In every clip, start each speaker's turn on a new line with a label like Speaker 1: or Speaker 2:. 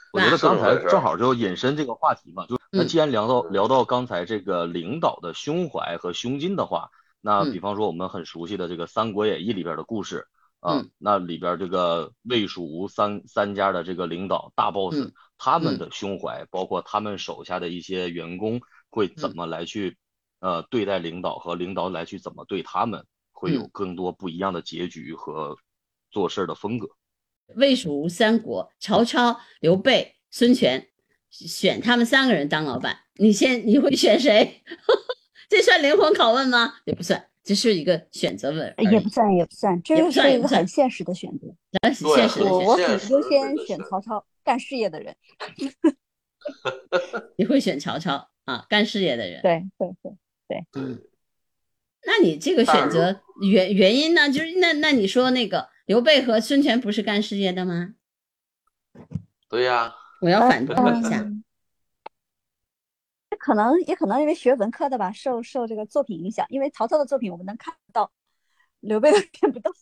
Speaker 1: 我觉得刚才
Speaker 2: 是这么回事。
Speaker 1: 正好就引申这个话题嘛，就那既然聊到刚才这个领导的胸怀和胸襟的话，那比
Speaker 2: 嗯
Speaker 1: 方说我们很熟悉的这个《三国演义》里边的故事啊，
Speaker 2: 嗯
Speaker 1: 那里边这个魏蜀吴三家的这个领导大 boss，
Speaker 2: 嗯
Speaker 1: 他们
Speaker 2: 嗯
Speaker 1: 的胸怀，包括他们手下的一些员工会怎
Speaker 2: 嗯
Speaker 1: 么来去对待领导和领导来去怎么对他们，会有
Speaker 2: 嗯，
Speaker 1: 更多不一样的结局和做事的风格。
Speaker 2: 魏蜀吴三国，曹操、刘备、孙权，选他们3个人当老板，你会选谁？这算灵魂拷问吗？也不算，只是一个选择问而已，
Speaker 3: 也不算，也不算，
Speaker 2: 也不
Speaker 3: 这是一个很
Speaker 2: 算也不算，
Speaker 3: 现实的选择。
Speaker 2: 然后
Speaker 1: 对，
Speaker 2: 现实的
Speaker 1: 很
Speaker 3: 我
Speaker 2: 选择，
Speaker 3: 肯定优
Speaker 1: 现实，对
Speaker 3: 先选
Speaker 1: 对是，
Speaker 3: 曹操，干事业的人。
Speaker 2: 你会选曹操啊，干事业的人。
Speaker 3: 对对对对，
Speaker 2: 嗯，
Speaker 1: 对。
Speaker 2: 那你这个
Speaker 1: 但是
Speaker 2: 选择原因呢？就是那你说那个刘备和孙权不是干事业的吗？
Speaker 1: 对呀，
Speaker 2: 我要反驳你一下。
Speaker 3: 嗯，也可能因为学文科的吧，受这个作品影响，因为曹操的作品我们能看到，刘备的看不到。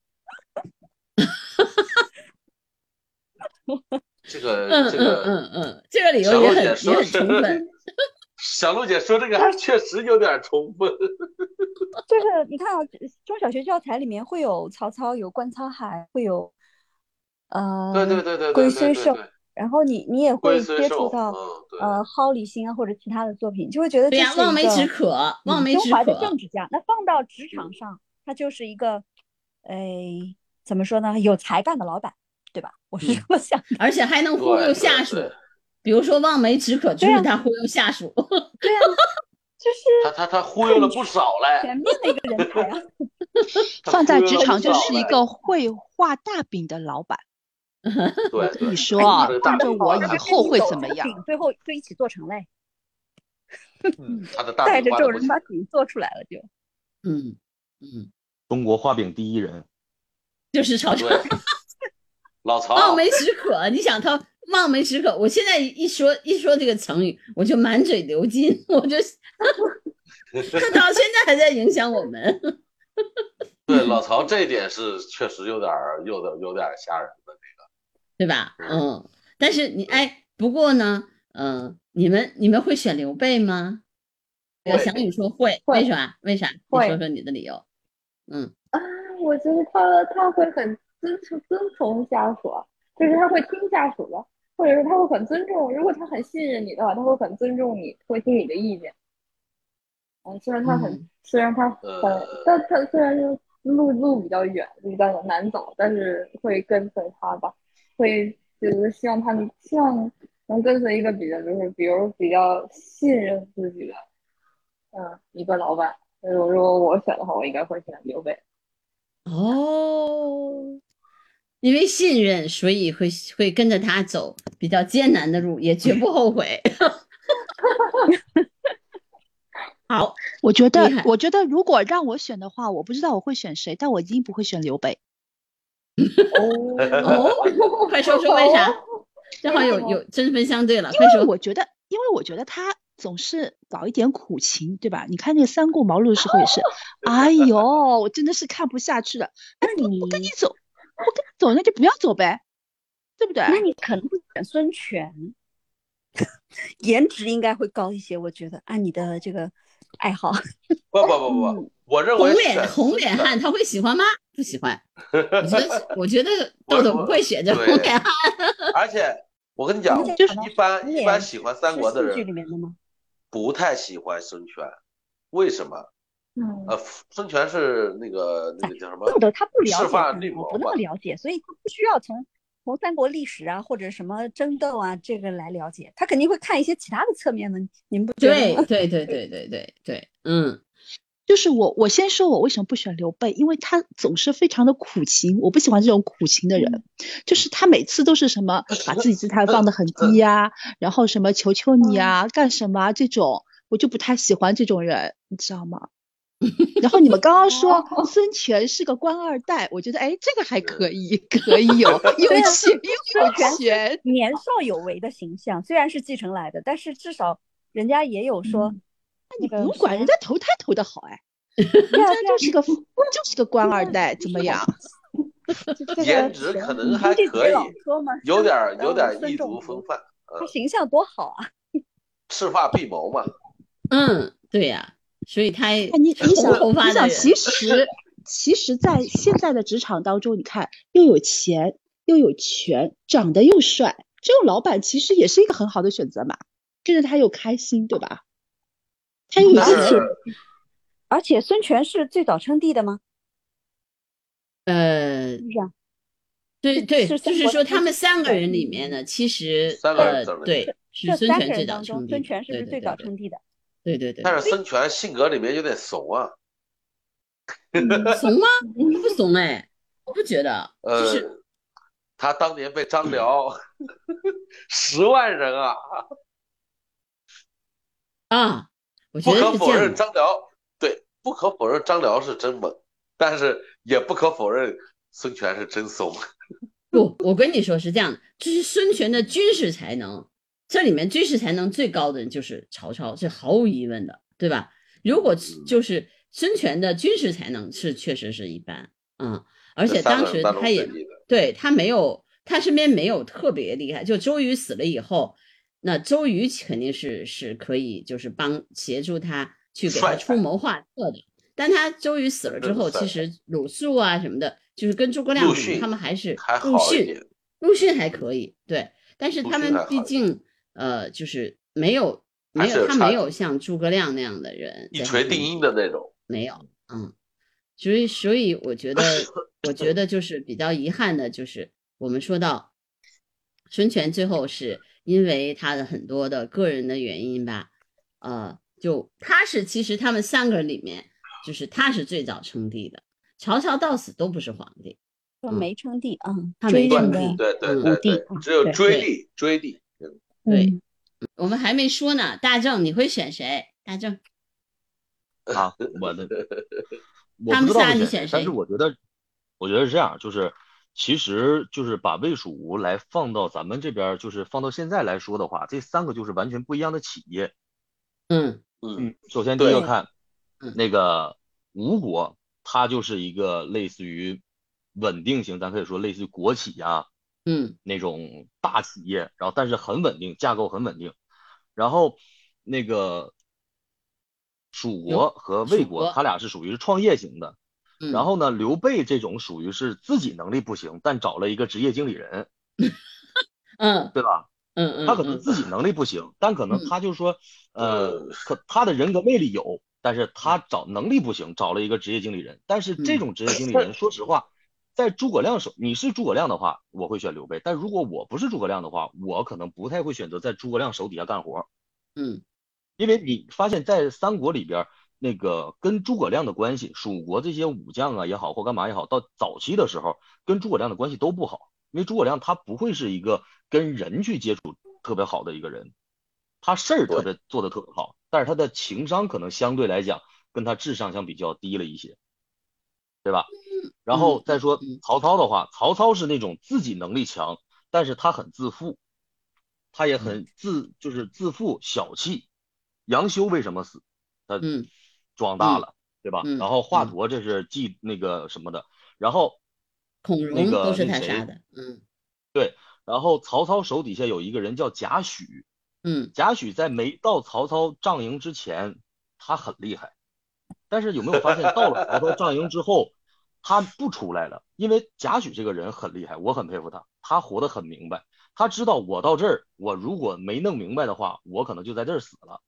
Speaker 1: 这
Speaker 2: 嗯
Speaker 1: 个这
Speaker 2: 嗯
Speaker 1: 个，
Speaker 2: 嗯嗯，这个理由
Speaker 1: 小鹿姐
Speaker 2: 也很
Speaker 1: 说是，
Speaker 2: 充分。
Speaker 1: 小鹿姐说这个还确实有点充分。
Speaker 3: 就是你看啊，中小学教材里面会有曹操，有关操海，会有
Speaker 1: 对对
Speaker 3: 呃
Speaker 1: 对对对
Speaker 3: 龟虽寿，
Speaker 1: 对对对，
Speaker 3: 然后你也
Speaker 1: 龟
Speaker 3: 会
Speaker 1: 虽寿，
Speaker 3: 接触到
Speaker 1: 对，
Speaker 3: 蒿里辛啊或者其他的作品，就会觉得这
Speaker 2: 对呀，望梅止
Speaker 3: 是一个
Speaker 2: 渴，望梅
Speaker 3: 胸怀的
Speaker 2: 止渴。
Speaker 3: 政治家。那放到职场
Speaker 1: 嗯，
Speaker 3: 上，他就是一个，呃，怎么说呢，有才干的老板，对吧？我是这
Speaker 2: 嗯，
Speaker 3: 么想的。
Speaker 2: 而且还能忽悠
Speaker 1: 对对对，
Speaker 2: 下属，比如说望梅止渴就
Speaker 3: 对呀，
Speaker 2: 是他忽悠下属。
Speaker 3: 对呀，就是
Speaker 1: 他忽悠了
Speaker 3: 很
Speaker 1: 不少嘞，
Speaker 3: 全面的一个人才啊。
Speaker 1: 他
Speaker 4: 放在
Speaker 1: 忽悠了不
Speaker 4: 职场就
Speaker 1: 少嘞。
Speaker 4: 是一个会画大饼的老板。我跟你
Speaker 1: 对对对，
Speaker 4: 说啊，
Speaker 1: 他这个大
Speaker 4: 等着我
Speaker 1: 饼画的
Speaker 3: 他就
Speaker 4: 以后会
Speaker 3: 跟你走，
Speaker 4: 怎么样。
Speaker 3: 这个饼最后就一起做成嘞。
Speaker 1: 他的大
Speaker 3: 带
Speaker 1: 饼
Speaker 3: 着众人把
Speaker 1: 画的不行。
Speaker 3: 饼做出来了就。
Speaker 2: 嗯嗯，
Speaker 1: 中国画饼第一人，
Speaker 2: 就是曹操。
Speaker 1: 对，老
Speaker 2: 望梅
Speaker 1: 曹，
Speaker 2: 止渴，你想他望梅止渴，我现在一说这个成语，我就满嘴流金，我就他到现在还在影响我们。
Speaker 1: 对老曹这一点是确实有点吓人的
Speaker 2: 对吧？
Speaker 1: 那个，
Speaker 2: 嗯，但是不过呢，你们会选刘备吗？这个小
Speaker 1: 会，
Speaker 2: 雨说会，为
Speaker 5: 会
Speaker 2: 啥？为啥？你说
Speaker 5: 会
Speaker 2: 说你的理由。嗯
Speaker 5: 啊，我觉得他会很遵从下属啊，就是他会听下属的，或者是他会很尊重。如果他很信任你的话，他会很尊重你，会听你的意见。嗯，
Speaker 2: 嗯
Speaker 5: 虽然他但他虽然是路比较远，比较难走，但是会跟随他吧，会就是希望能跟随一个就是比如比较信任自己的一个老板。如果我选的话，我应该会选刘备。
Speaker 2: 哦，因为信任，所以会跟着他走比较艰难的路，也绝不后悔。好
Speaker 4: 我觉得，
Speaker 2: 厉害。
Speaker 4: 如果让我选的话，我不知道我会选谁，但我一定不会选刘备。
Speaker 2: 哦，快说说为啥？正好有针锋相对了，快说。
Speaker 4: 因为我觉得他总是搞一点苦情，对吧？你看那个三顾茅庐的时候也是，哎呦，我真的是看不下去了。不跟你走，那就不要走呗，对不对？
Speaker 3: 那你可能会选孙权，颜值应该会高一些，我觉得按你的这个爱好。
Speaker 1: 不，我认为
Speaker 2: 红脸汉他会喜欢吗？不喜欢。我觉得豆豆不会选这红脸汉。
Speaker 1: 而且我跟你讲，就是一般喜欢三国的人不太喜欢孙权，为什么？孙权是那个叫什么？
Speaker 3: 豆豆他不了解，
Speaker 1: 释放绿毛
Speaker 3: 不那么了解，所以他不需要从三国历史啊或者什么争斗啊这个来了解，他肯定会看一些其他的侧面的，你们不觉得吗？
Speaker 2: 对，嗯。
Speaker 4: 就是我先说我为什么不选刘备，因为他总是非常的苦情，我不喜欢这种苦情的人。就是他每次都是什么把自己姿态放得很低呀，然后什么求求你啊，干什么啊，这种我就不太喜欢这种人，你知道吗？然后你们刚刚说孙权是个官二代，我觉得这个还可以有钱又有权，
Speaker 3: 年少有为的形象，虽然是继承来的，但是至少人家也有说。
Speaker 4: 那你不用管人家投胎投的好，人家就是个官二代，怎么样？
Speaker 1: 颜值可能还可以，有点异族风范。
Speaker 3: 他形象多好啊，
Speaker 1: 赤发碧毛嘛。
Speaker 2: 对呀，所以他
Speaker 4: 你想，其实，在现在的职场当中，你看又有钱又有权，长得又帅，这种老板其实也是一个很好的选择嘛，跟着他又开心，对吧？他又有
Speaker 3: 而且孙权是最早称帝的吗？
Speaker 2: 对，就是说他们3个人里面呢，其实对，是孙权最早称帝，
Speaker 3: 孙权是不是最早称帝的？
Speaker 2: 对。
Speaker 1: 但是孙权性格里面有点怂啊。
Speaker 2: 怂吗？他不怂哎，我不觉得。就是
Speaker 1: 他当年被张辽10万人
Speaker 2: 我觉得
Speaker 1: 不可否认不可否认张辽是真猛，但是也不可否认孙权是真怂。
Speaker 2: 不，我跟你说是这样的，就是孙权的军事才能，这里面军事才能最高的人就是曹操，是毫无疑问的，对吧？如果就是孙权的军事才能是确实是一般，而且当时他也对他身边没有特别厉害，就周瑜死了以后，那周瑜肯定是可以就是协助他去给他出谋划策的，但他周瑜死了之后，其实鲁肃啊什么的，就是跟诸葛亮比，他们还是陆逊还可以，对，但是他们毕竟就是没有他没有像诸葛亮那样的人
Speaker 1: 一锤定音的那种，
Speaker 2: 没有，所以我觉得就是比较遗憾的，就是我们说到孙权最后是因为他的很多的个人的原因吧，就其实他们3个人里面，就是他是最早称帝的，曹操到死都不是皇帝，
Speaker 3: 没称帝
Speaker 2: 他没称帝，
Speaker 1: 对，只有追帝，
Speaker 2: 对。我们还没说呢，大正你会选谁？大正
Speaker 6: 我
Speaker 2: 他们仨
Speaker 6: 你选谁？但是我觉得是这样，就是其实就是把魏蜀吴来放到咱们这边，就是放到现在来说的话，这3个就是完全不一样的企业。首先第一个看那个吴国，它就是一个类似于稳定型，咱可以说类似于国企啊，那种大企业，然后但是很稳定，架构很稳定。然后那个蜀国和魏国，他俩是属于是创业型的。然后呢，刘备这种属于是自己能力不行，但找了一个职业经理人，对吧？他可能自己能力不行，但可能他就说，他的人格魅力有，但是他能力不行，找了一个职业经理人。但是这种职业经理人，说实话，在诸葛亮你是诸葛亮的话，我会选刘备；但如果我不是诸葛亮的话，我可能不太会选择在诸葛亮手底下干活。因为你发现，在三国里边，那个跟诸葛亮的关系，蜀国这些武将啊也好，或干嘛也好，到早期的时候，跟诸葛亮的关系都不好。因为诸葛亮他不会是一个跟人去接触特别好的一个人，他事儿特别做得特别好，但是他的情商可能相对来讲跟他智商相比较低了一些，对吧？然后再说曹操的话，曹操是那种自己能力强，但是他很自负，他也很就是自负小气。杨修为什么死？他壮大了，对吧？然后华佗这是记那个什么的，然后
Speaker 2: 孔融都是他杀的，
Speaker 6: 对。然后曹操手底下有一个人叫贾诩，贾诩在没到曹操帐营之前，他很厉害，但是有没有发现到了曹操帐营之后，他不出来了？因为贾诩这个人很厉害，我很佩服他，他活得很明白，他知道我到这儿，我如果没弄明白的话，我可能就在这儿死了。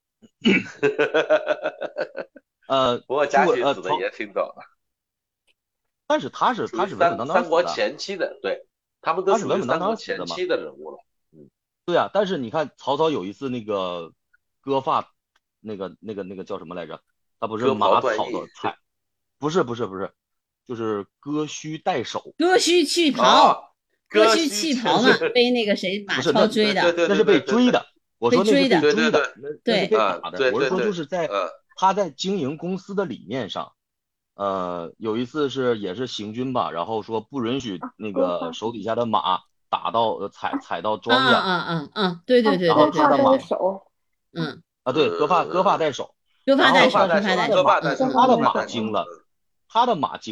Speaker 1: 不过贾诩死的也挺早的，
Speaker 6: 但是他是稳稳当当
Speaker 1: 三国前期的，对，他们都是稳稳当当前期的人物了。
Speaker 6: 对啊，但是你看曹操有一次那个割发，那个叫什么来着？他不是马草的菜，不是，就是割须带手，
Speaker 2: 割须弃袍，割须弃袍嘛，被那个谁马超追的，
Speaker 6: 那是被追的。我说那是被追的，
Speaker 2: 那
Speaker 6: 是被打的。我是说就是在他在经营公司的理念上，有一次也是行军吧，然后说不允许那个手底下的马打到踩到庄稼，
Speaker 2: 对，
Speaker 6: 然后他的马
Speaker 5: 手，
Speaker 6: 对，割发带手，
Speaker 2: 割发带手，
Speaker 6: 他的马惊了，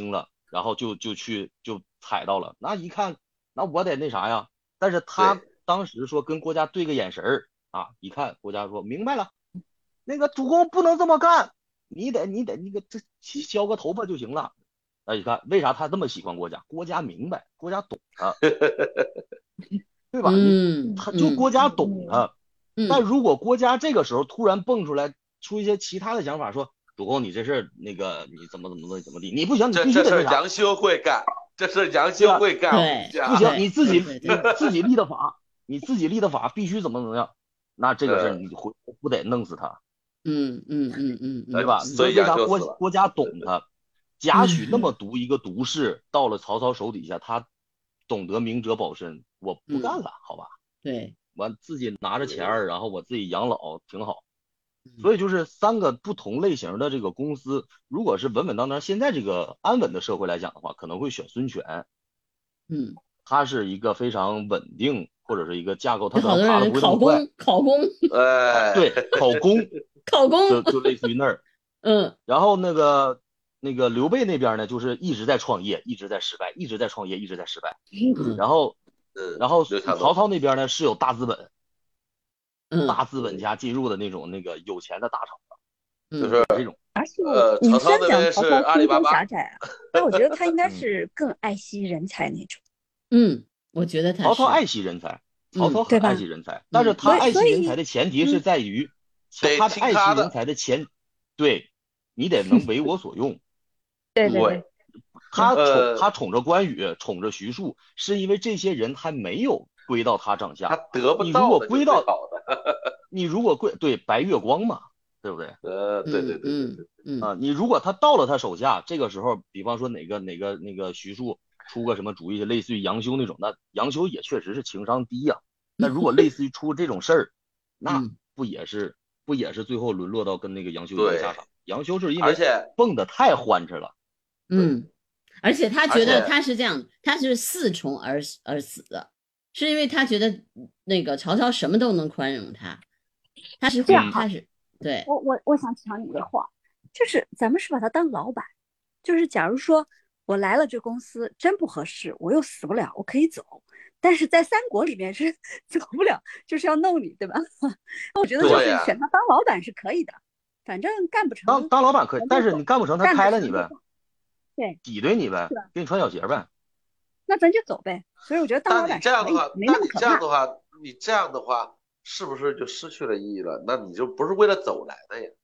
Speaker 6: 然后就踩到了，那一看，那我得那啥呀，但是他当时说跟郭嘉对个眼神儿啊，一看郭嘉说明白了，那个主公不能这么干，你得这削个头发就行了。你看为啥他这么喜欢郭嘉？郭嘉明白，郭嘉懂他，对吧？他就郭嘉懂他。但如果郭嘉这个时候突然蹦出来出一些其他的想法，说主公你这事那个你怎么地，你不行，你必须得
Speaker 1: 这是杨修会干，这是杨修会干，
Speaker 6: 不行，你自己立的法，你自己立的法必须怎么样，那这个事你不得弄死他？对吧？
Speaker 1: 所以
Speaker 6: 为啥郭嘉懂他？贾诩那么毒一个毒士，到了曹操手底下，他懂得明哲保身，我不干了，好吧？
Speaker 2: 对，
Speaker 6: 我自己拿着钱，然后我自己养老挺好。所以就是3个不同类型的这个公司，如果是稳稳当当现在这个安稳的社会来讲的话，可能会选孙权。他是一个非常稳定，或者是一个架构，他可能爬的不会那么快。
Speaker 2: 考公，
Speaker 6: 对，考公，就类似于那儿。然后那个刘备那边呢，就是一直在创业，一直在失败，一直在创业，一直在失败。然后曹操那边呢是有大资本。大资本家进入的那个有钱的大厂，
Speaker 1: 就是
Speaker 6: 这种。
Speaker 3: 而且你虽然讲曹操心胸狭窄啊，但我觉得他应该是更爱惜人才那种。
Speaker 2: 我觉得
Speaker 6: 曹操爱惜人才，曹操很爱惜人才，但是他爱惜人才的前提是在于，他爱惜人才的对，你得能为我所用。
Speaker 3: 对。
Speaker 6: 他宠着关羽，宠着徐庶，是因为这些人还没有归到他掌下，
Speaker 1: 他得不到。
Speaker 6: 你如果归到，你如果对白月光嘛，对不对？
Speaker 1: 对。
Speaker 6: 你如果他到了他手下，这个时候，比方说哪个徐庶出个什么主意，类似于杨修那种，那杨修也确实是情商低呀。那如果类似于出这种事儿，那不也是最后沦落到跟那个杨修一个下场？杨修是因为蹦得太欢实了。
Speaker 2: 而且他觉得他是这样，他是恃宠而死的，是因为他觉得那个曹操什么都能宽容他，他是这样，他是对。
Speaker 3: 我想抢你的话，就是咱们是把他当老板，就是假如说我来了这公司真不合适，我又死不了，我可以走，但是在三国里面是走不了，就是要弄你，对吧？我觉得就是选他当老板是可以的，反正干不成
Speaker 6: 当老板可以，但是你干不成他开了你呗。
Speaker 3: 对，
Speaker 6: 挤兑你呗，给你穿小鞋呗，
Speaker 3: 那咱就走呗。所以我觉得当老板
Speaker 1: 这样的话，
Speaker 3: 没那么可怕。
Speaker 1: 你这样的话，是不是就失去了意义了？那你就不是为了走来的呀？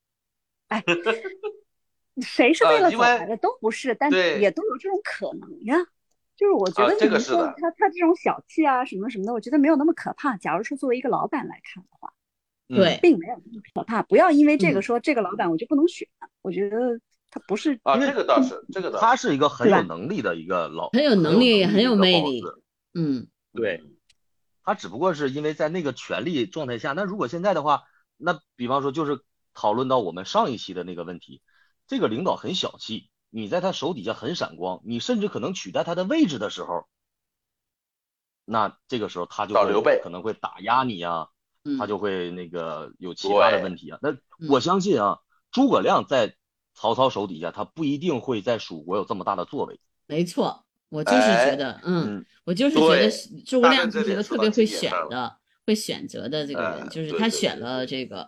Speaker 3: 谁是为了走来的都不是，但也都有这种可能呀。就是我觉得你们说他这种小气啊什么什么的，我觉得没有那么可怕。假如说作为一个老板来看的话，
Speaker 2: 对，
Speaker 3: 并没有那么可怕。不要因为这个说这个老板我就不能选，我觉得。他不是
Speaker 1: 这个倒是，
Speaker 6: 他是一个很有能力的一个
Speaker 2: 很有能力，很有魅力。
Speaker 6: 对，他只不过是因为在那个权力状态下。那如果现在的话，那比方说就是讨论到我们上一期的那个问题，这个领导很小气，你在他手底下很闪光，你甚至可能取代他的位置的时候，那这个时候他就可能会打压你啊，他就会有其他的问题啊。那我相信啊，诸葛亮在曹操手底下，他不一定会在蜀国有这么大的作为。
Speaker 2: 没错，我就是觉得，我就是觉得诸葛亮是一个特别会选择的这个人，就是他选了这个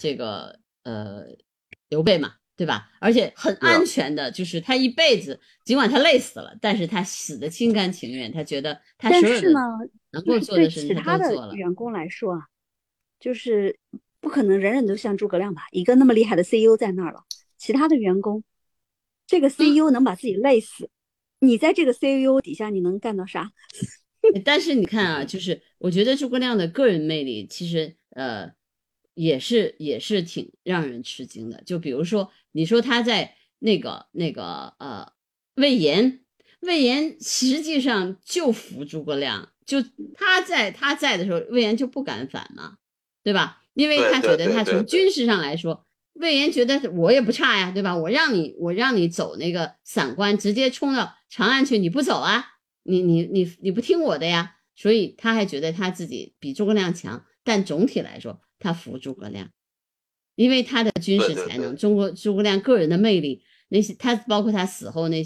Speaker 2: 刘备嘛，对吧？而且很安全的，就是他一辈子，尽管他累死了，但是他死的心甘情愿，他觉得他所有的能够做的事情他都做了。
Speaker 3: 对其他的员工来说啊，就是不可能人人都像诸葛亮吧，一个那么厉害的 CEO 在那儿了。其他的员工，这个 CEO 能把自己累死，你在这个 CEO 底下你能干到啥？
Speaker 2: 但是你看啊，就是我觉得诸葛亮的个人魅力其实也是挺让人吃惊的。就比如说你说他在那个魏延实际上就服诸葛亮，就他在的时候，魏延就不敢反嘛，对吧？因为他觉得他从军事上来说。魏延觉得我也不差呀，对吧？我让你走那个散关，直接冲到长安去，你不走啊？你不听我的呀？所以他还觉得他自己比诸葛亮强，但总体来说他服诸葛亮，因为他的军事才能，诸葛亮个人的魅力，那些他包括他死后那些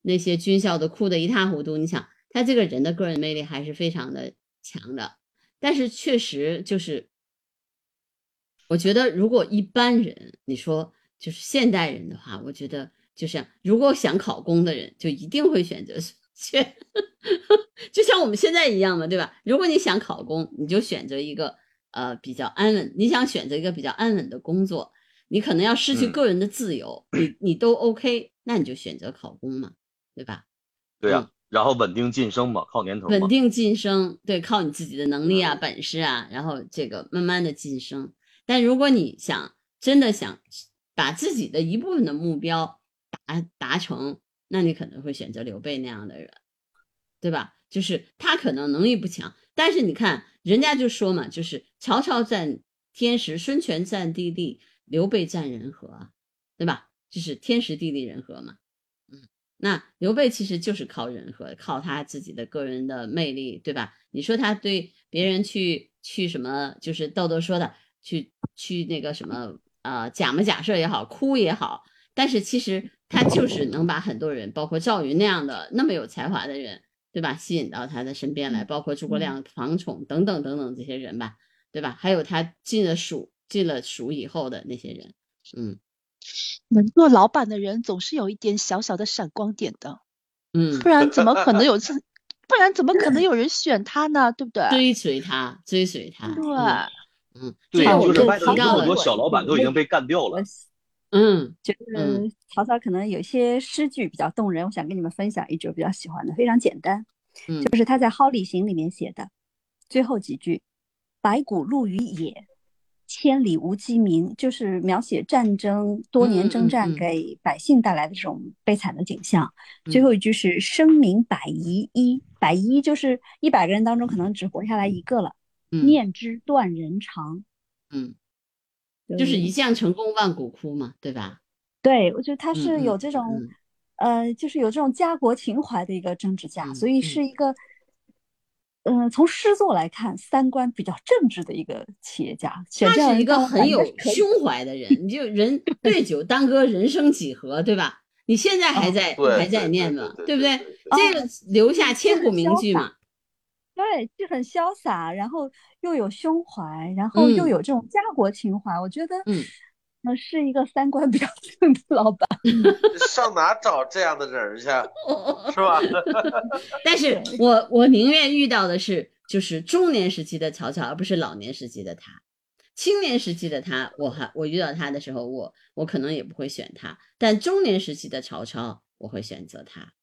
Speaker 2: 那些军校都哭得一塌糊涂，你想他这个人的个人魅力还是非常的强的。但是确实就是我觉得如果一般人，你说就是现代人的话，我觉得就是如果想考公的人就一定会选择选就像我们现在一样嘛，对吧？如果你想考公，你就选择一个比较安稳，你想选择一个比较安稳的工作，你可能要失去个人的自由，你都 OK， 那你就选择考公嘛，对吧？
Speaker 6: 对啊，然后稳定晋升嘛，靠年头嘛。
Speaker 2: 稳定晋升，对，靠你自己的能力啊、本事啊，然后这个慢慢的晋升。但如果你真的想把自己的一部分的目标达成，那你可能会选择刘备那样的人，对吧？就是他可能能力不强，但是你看人家就说嘛，就是曹操占天时，孙权占地利，刘备占人和，对吧？就是天时地利人和嘛。那刘备其实就是靠人和，靠他自己的个人的魅力，对吧？你说他对别人去什么，就是豆豆说的，去那个什么假模假设也好，哭也好，但是其实他就是能把很多人，包括赵云那样的那么有才华的人，对吧？吸引到他的身边来，包括诸葛亮、庞宠等等等等这些人吧，对吧？还有他进了蜀以后的那些人，
Speaker 4: 能做老板的人总是有一点小小的闪光点的，不然怎么可能有人选他呢？对不对？
Speaker 2: 追随他，
Speaker 4: 对，
Speaker 6: 对，就是外头有
Speaker 3: 很
Speaker 6: 多小老板都已经被干掉了。
Speaker 3: 觉得曹操可能有些诗句比较动人，我想跟你们分享一句我比较喜欢的，非常简单，就是他在《蒿里行》里面写的最后几句：白骨露于野，千里无鸡鸣，就是描写战争多年征战给百姓带来的这种悲惨的景象。最后一句是生民百遗一，百遗就是100个人当中可能只活下来一个了，念之断人肠。
Speaker 2: 就是一将成功万骨枯嘛，对吧？
Speaker 3: 对，我觉得他是有这种就是有这种家国情怀的一个政治家，所以是一个从诗作来看三观比较正直的一个企业家。
Speaker 2: 他是一个很有胸怀的人，你就人对酒当歌，人生几何，对吧？你现在还在念嘛，对不对？这个留下千古名句嘛。
Speaker 3: 对，就很潇洒，然后又有胸怀，然后又有这种家国情怀，我觉得是一个三观比较正的老板。
Speaker 1: 上哪找这样的人去，是吧？
Speaker 2: 但是我宁愿遇到的是就是中年时期的曹操，而不是老年时期的他。青年时期的他，我遇到他的时候，我可能也不会选他，但中年时期的曹操，我会选择他。